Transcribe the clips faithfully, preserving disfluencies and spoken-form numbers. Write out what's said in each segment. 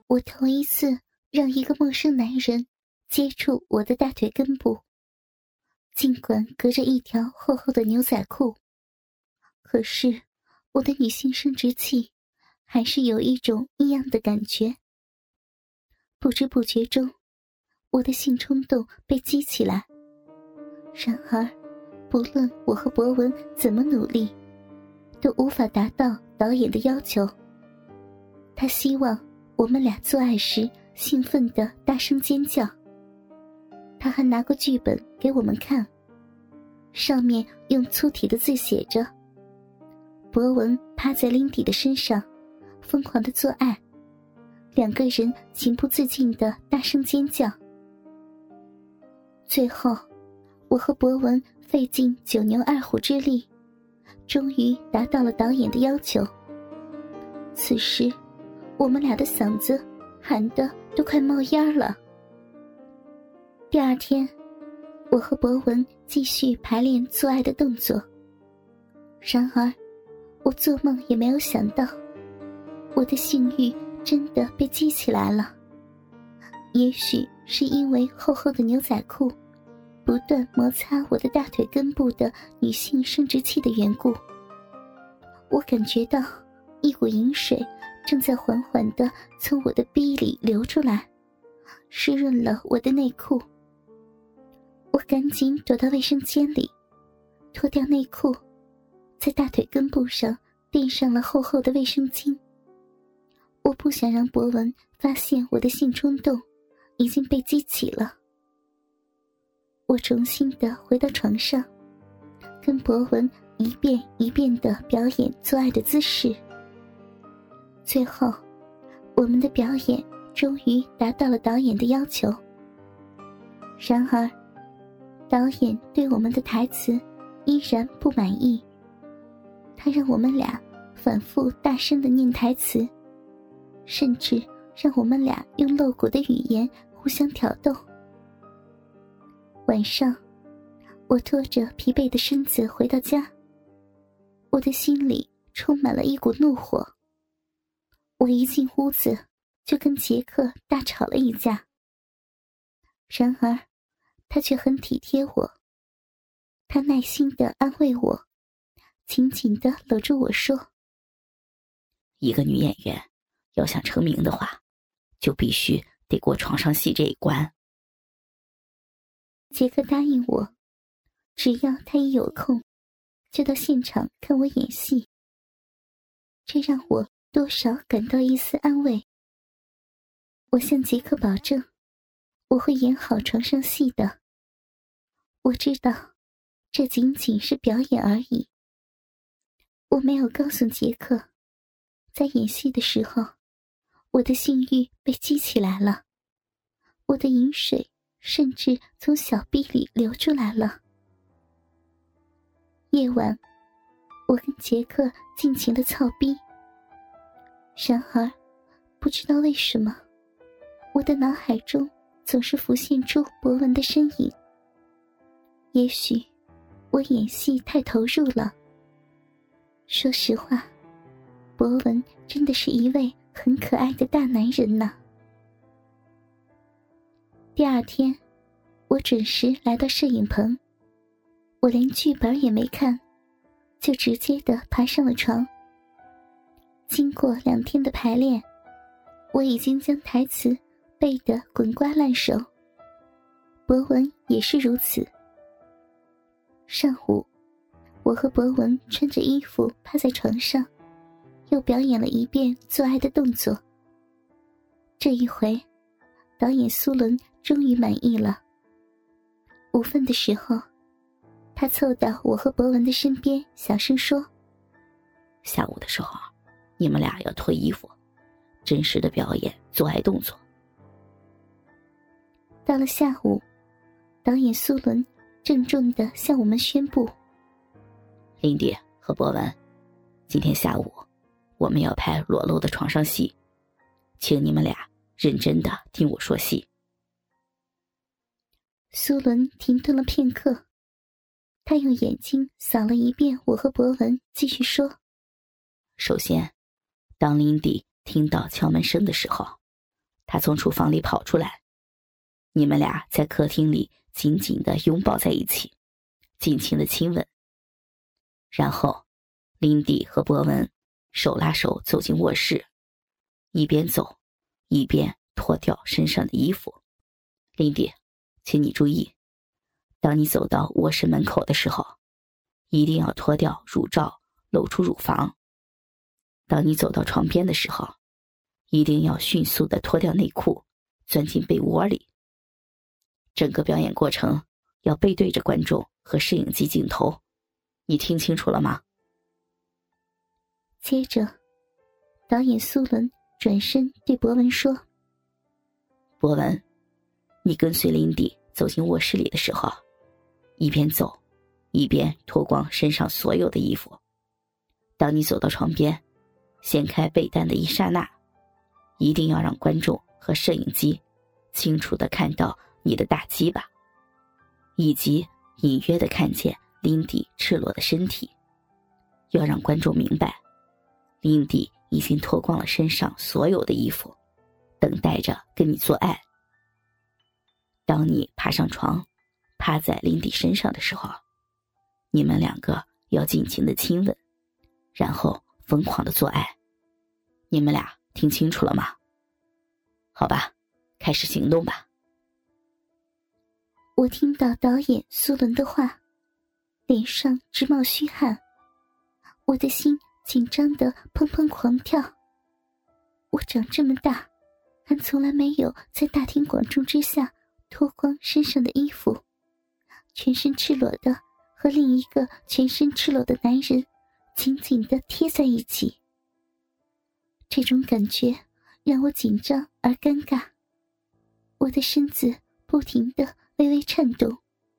我头一次让一个陌生男人接触我的大腿根部，尽管隔着一条厚厚的牛仔裤，可是我的女性生殖器还是有一种异样的感觉。不知不觉中，我的性冲动被激起来。然而，不论我和博文怎么努力，都无法达到导演的要求。他希望我们俩做爱时兴奋地大声尖叫。他还拿过剧本给我们看，上面用粗体的字写着：博文趴在琳迪的身上，疯狂地做爱，两个人情不自禁地大声尖叫。最后，我和博文费尽九牛二虎之力，终于达到了导演的要求。此时，我们俩的嗓子喊得都快冒烟了。第二天，我和博文继续排练做爱的动作。然而，我做梦也没有想到，我的性欲真的被激起来了。也许是因为厚厚的牛仔裤不断摩擦我的大腿根部的女性生殖器的缘故，我感觉到一股淫水正在缓缓地从我的逼里流出来，湿润了我的内裤。我赶紧躲到卫生间里，脱掉内裤，在大腿根部上垫上了厚厚的卫生巾。我不想让博文发现我的性冲动已经被激起了。我重新地回到床上，跟博文一遍一遍地表演做爱的姿势。最后，我们的表演终于达到了导演的要求。然而，导演对我们的台词依然不满意，他让我们俩反复大声地念台词，甚至让我们俩用露骨的语言互相挑逗。晚上，我拖着疲惫的身子回到家，我的心里充满了一股怒火。我一进屋子就跟杰克大吵了一架。然而，他却很体贴我，他耐心地安慰我，紧紧地搂住我说： 一个女演员要想成名的话，就必须得过床上戏这一关。 杰克答应我，只要他一有空，就到现场看我演戏。这让我多少感到一丝安慰。我向杰克保证，我会演好床上戏的。我知道，这仅仅是表演而已。我没有告诉杰克，在演戏的时候，我的性欲被激起来了，我的淫水甚至从小臂里流出来了。夜晚，我跟杰克尽情地操逼。然而，不知道为什么，我的脑海中总是浮现出博文的身影。也许我演戏太投入了。说实话，博文真的是一位很可爱的大男人呢。第二天，我准时来到摄影棚，我连剧本也没看，就直接地爬上了床。经过两天的排练，我已经将台词背得滚瓜烂熟，博文也是如此。上午，我和博文穿着衣服趴在床上，又表演了一遍做爱的动作。这一回，导演苏伦终于满意了。午饭的时候，他凑到我和博文的身边，小声说： 下午的时候，你们俩要脱衣服，真实的表演做爱动作。 到了下午，导演苏伦郑重地向我们宣布： 琳迪和博文，今天下午我们要拍裸露的床上戏，请你们俩认真地听我说戏。 苏伦停顿了片刻，他用眼睛扫了一遍我和博文，继续说： 首先，当琳迪听到敲门声的时候， 他从厨房里跑出来，你们俩在客厅里紧紧地拥抱在一起，尽情地亲吻。然后林迪和博文手拉手走进卧室，一边走一边脱掉身上的衣服。林迪，请你注意，当你走到卧室门口的时候，一定要脱掉乳罩，露出乳房。当你走到床边的时候，一定要迅速地脱掉内裤，钻进被窝里。整个表演过程要背对着观众和摄影机镜头，你听清楚了吗？ 接着，导演苏伦转身对博文说： 博文，你跟随林迪走进卧室里的时候，一边走一边脱光身上所有的衣服。当你走到床边，掀开被单的一刹那，一定要让观众和摄影机清楚地看到你的大鸡巴，以及隐约地看见林迪赤裸的身体。要让观众明白，林迪已经脱光了身上所有的衣服，等待着跟你做爱。当你爬上床，趴在林迪身上的时候，你们两个要尽情的亲吻，然后疯狂的做爱。你们俩听清楚了吗？好吧，开始行动吧。 我听到导演苏伦的话，脸上直冒虚汗，我的心紧张的砰砰狂跳。我长这么大，还从来没有在大庭广众之下脱光身上的衣服，全身赤裸的和另一个全身赤裸的男人紧紧地贴在一起。这种感觉让我紧张而尴尬，我的身子不停地微微颤动。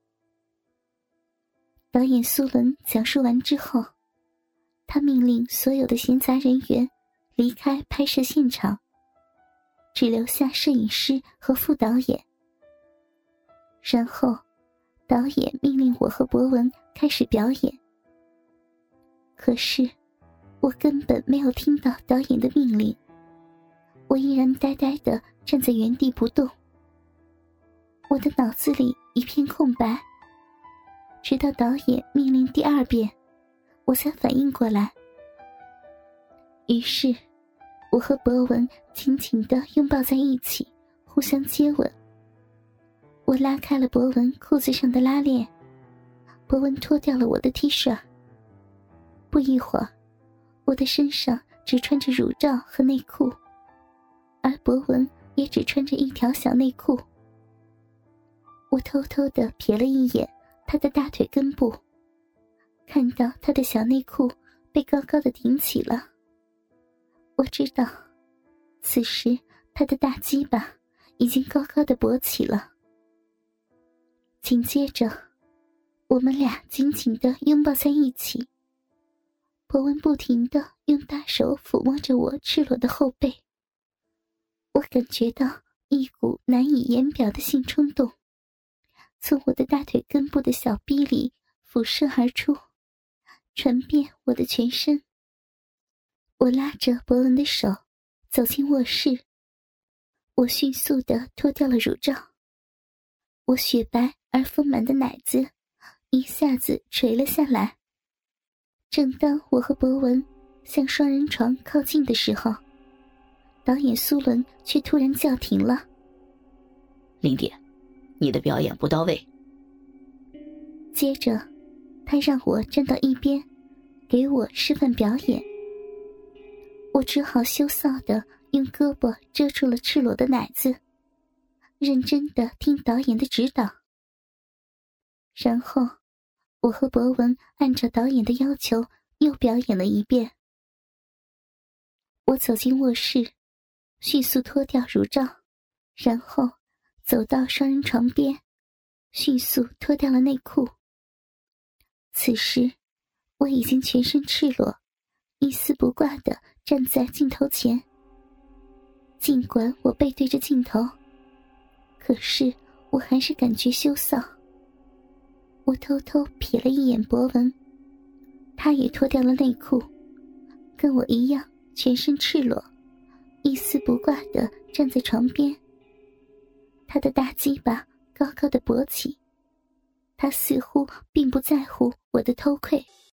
导演苏伦讲述完之后，他命令所有的闲杂人员离开拍摄现场，只留下摄影师和副导演。然后导演命令我和博文开始表演。可是我根本没有听到导演的命令，我依然呆呆地站在原地不动。我的脑子里一片空白，直到导演命令第二遍，我才反应过来。于是我和博文紧紧地拥抱在一起，互相接吻。我拉开了博文裤子上的拉链，博文脱掉了我的 T 恤。不一会儿，我的身上只穿着乳罩和内裤，而博文也只穿着一条小内裤。我偷偷地瞥了一眼他的大腿根部，看到他的小内裤被高高的顶起了。我知道，此时他的大鸡巴已经高高的勃起了。紧接着，我们俩紧紧地拥抱在一起。博文不停地用大手抚摸着我赤裸的后背，我感觉到一股难以言表的性冲动从我的大腿根部的小逼里辐射而出，传遍我的全身。我拉着博文的手走进卧室，我迅速地脱掉了乳罩，我雪白而丰满的奶子一下子垂了下来。正当我和博文向双人床靠近的时候，导演苏伦却突然叫停了。 林迪，你的表演不到位。 接着他让我站到一边，给我示范表演。我只好羞臊地用胳膊遮住了赤裸的奶子，认真地听导演的指导。然后我和博文按照导演的要求又表演了一遍。我走进卧室，迅速脱掉乳罩，然后走到双人床边，迅速脱掉了内裤。此时我已经全身赤裸，一丝不挂地站在镜头前。尽管我背对着镜头，可是我还是感觉羞臊。我偷偷瞥了一眼博文，他也脱掉了内裤，跟我一样全身赤裸， 一丝不挂地站在床边，他的大鸡巴高高的勃起，他似乎并不在乎我的偷窥。